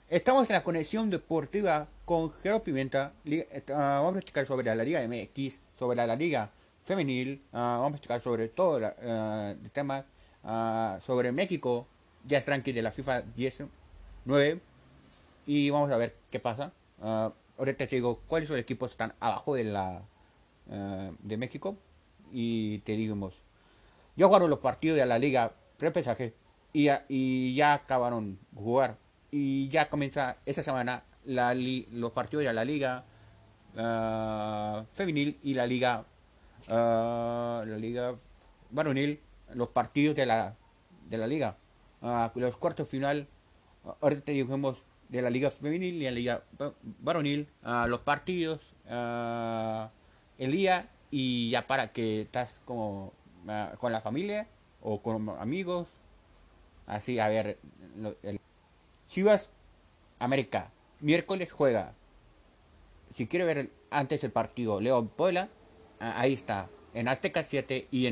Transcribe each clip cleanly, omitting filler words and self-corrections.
Estamos en la conexión deportiva con Jero Pimienta. Vamos a explicar sobre la Liga MX, sobre la Liga Femenil. Vamos a explicar sobre todo el tema sobre México. Ya es ranking de la FIFA 19. Y vamos a ver qué pasa. Ahorita te digo cuáles son los equipos que están abajo de México. Y te digamos, yo jugaron los partidos de la liga prepesaje y ya acabaron de jugar. Y ya comienza esta semana los partidos de la liga femenil y la liga varonil, los partidos de la liga. Los cuartos final, ahorita dijimos de la liga femenil y la liga varonil, los partidos, el día y ya para que estás como con la familia o con amigos, así a ver. Chivas América, miércoles juega. Si quiere ver antes el partido León Puebla, ahí está, en Azteca 7 y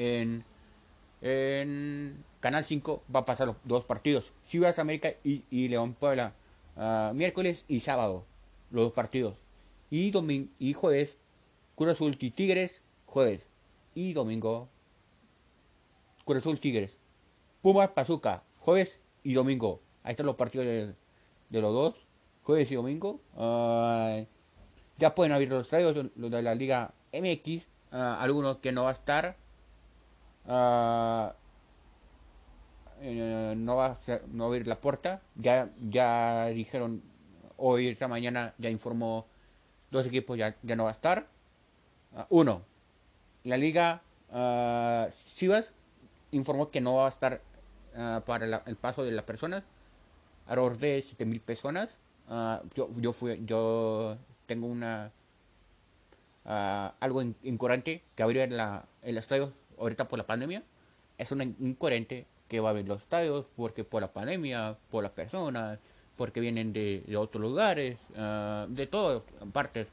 en Canal 5 va a pasar los dos partidos, Chivas América y León Puebla, miércoles y sábado, los dos partidos. Y domingo y jueves, Cruz Azul y Tigres, jueves. Y domingo, Cruz Azul Tigres. Pumas Pazuca, jueves y domingo. Ahí están los partidos de los dos, jueves y domingo. Ya pueden abrir los estadios, los de la Liga MX. Algunos que no va a estar. ah, no va a abrir la puerta. Ya dijeron, hoy, esta mañana, ya informó dos equipos, ya no va a estar. Uno, la Liga Chivas informó que no va a estar para el paso de las personas, alrededor de 7,000 personas. Yo tengo algo incoherente que abrir el estadio ahorita por la pandemia. Es una incoherente que va a abrir los estadios porque por la pandemia, por las personas, porque vienen de otros lugares, de todas partes,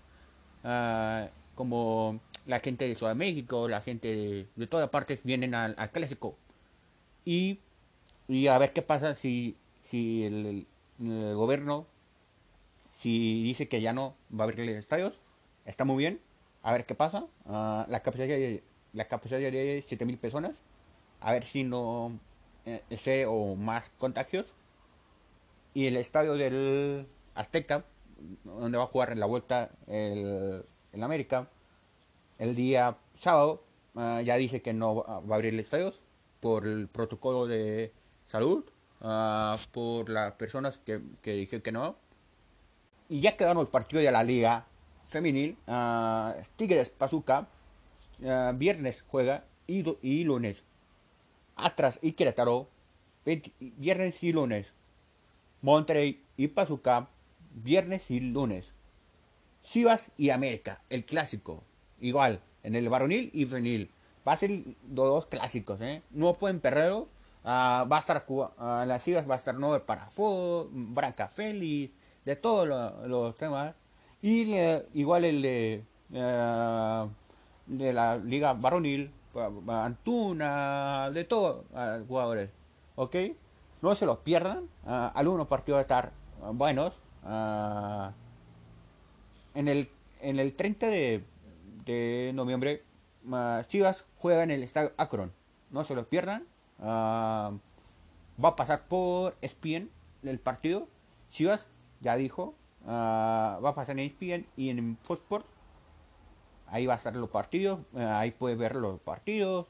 como la gente de Ciudad de México, la gente de todas partes vienen al clásico. Y, y a ver qué pasa si el gobierno, si dice que ya no va a abrir estadios, está muy bien. A ver qué pasa. La capacidad de 7,000 personas. A ver si no ese o más contagios. Y el estadio del Azteca, donde va a jugar en la vuelta el América, el día sábado, ya dice que no va a abrir el estadio por el protocolo de salud, por las personas que dijeron que no. Y ya quedaron los partidos de la liga femenil. Tigres Pazuca, viernes juega y lunes. Atlas y Querétaro, viernes y lunes. Monterrey y Pazuca, viernes y lunes. Chivas y América, el clásico. Igual, en el varonil y femenil. Va a ser los dos clásicos, ¿eh? No pueden perderlo. Va a estar las Chivas va a estar Nobel para fútbol, Branca Félix, de todos los temas. Y igual el de la liga varonil, Antuna, de todos jugadores. ¿Ok? No se los pierdan. Algunos partidos van a estar buenos. En el, en el 30 de noviembre, Chivas juega en el estadio Akron. No se los pierdan. Va a pasar por ESPN el partido. Chivas ya dijo. Va a pasar en ESPN y en Fox Sports. Ahí va a estar los partidos. Ahí puedes ver los partidos.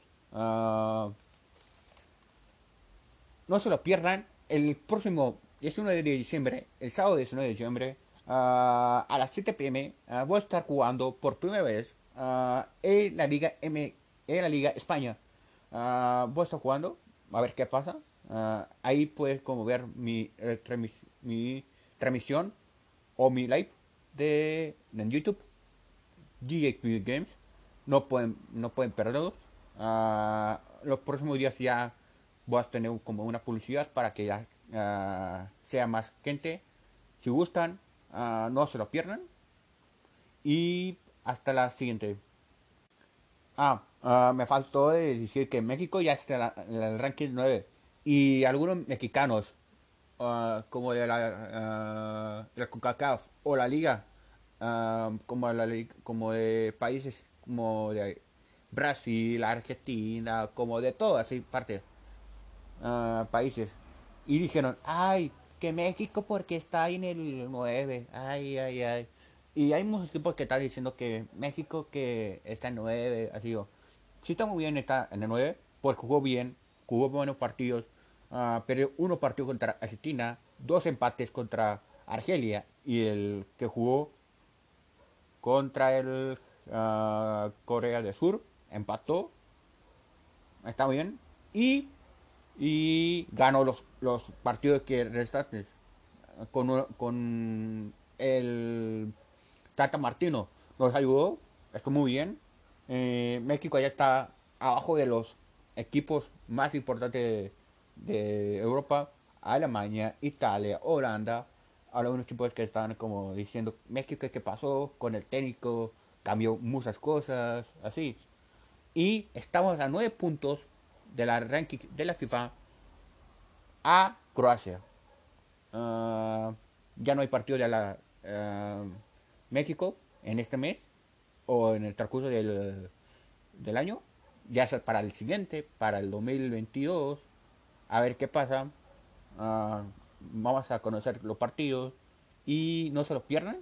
No se lo pierdan. El próximo 19 de diciembre, el sábado 19 de diciembre, a las 7 p.m. Voy a estar jugando por primera vez en la Liga en la Liga España. Voy a estar jugando, a ver qué pasa. Ahí puedes como ver mi transmisión o mi live en YouTube, GXP Games. No pueden perderlos. Los próximos días ya voy a tener como una publicidad para que ya sea más gente. Si gustan, no se lo pierdan. Y hasta la siguiente. Me faltó de decir que México ya está en el ranking 9. Y algunos mexicanos. como de la CONCACAF o la liga, como de países como de Brasil, Argentina, como de todas así partes, países. Y dijeron, ay, que México porque está ahí en el 9, ay, ay, ay. Y hay muchos equipos que están diciendo que México que está en 9, así yo. Sí está muy bien, está en el 9, porque jugó bien, jugó buenos partidos, pero uno partido contra Argentina, dos empates contra Argelia y el que jugó contra el Corea del Sur, empató, está bien, y ganó los partidos que restantes con el Tata Martino. Nos ayudó, estuvo muy bien. México ya está abajo de los equipos más importantes de Europa: Alemania, Italia, Holanda. Algunos equipos que están como diciendo, México, ¿qué pasó con el técnico? Cambió muchas cosas, así. Y estamos a 9 puntos de la ranking de la FIFA a Croacia. Ah, ya no hay partido de la México en este mes o en el transcurso del año. Ya es para el siguiente, para el 2022. A ver qué pasa. Ah, vamos a conocer los partidos y no se los pierdan.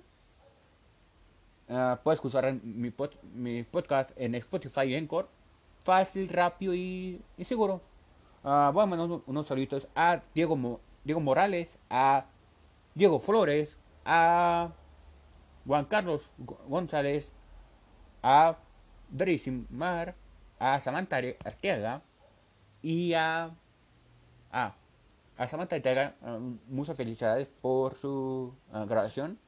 Puedes escuchar mi podcast en Spotify y Encore. Fácil, rápido y seguro. Voy a mandar unos saluditos a Diego Morales, a Diego Flores, a Juan Carlos González, a Mar, a Samantha Arteaga y a, a Samantha Arteaga. Muchas felicidades por su grabación.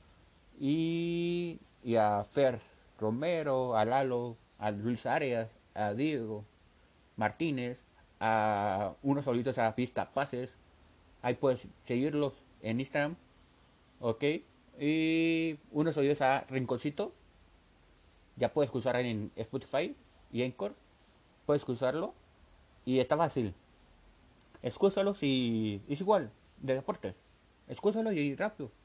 Y a Fer Romero, a Lalo, a Luis Arias, a Diego Martínez, a unos solitos a Pista Pases. Ahí puedes seguirlos en Instagram, ok. Y unos solitos a Rinconcito. Ya puedes usar en Spotify y Anchor. Puedes usarlo y está fácil. Escúchalos y es igual, de deportes. Escúchalos y rápido.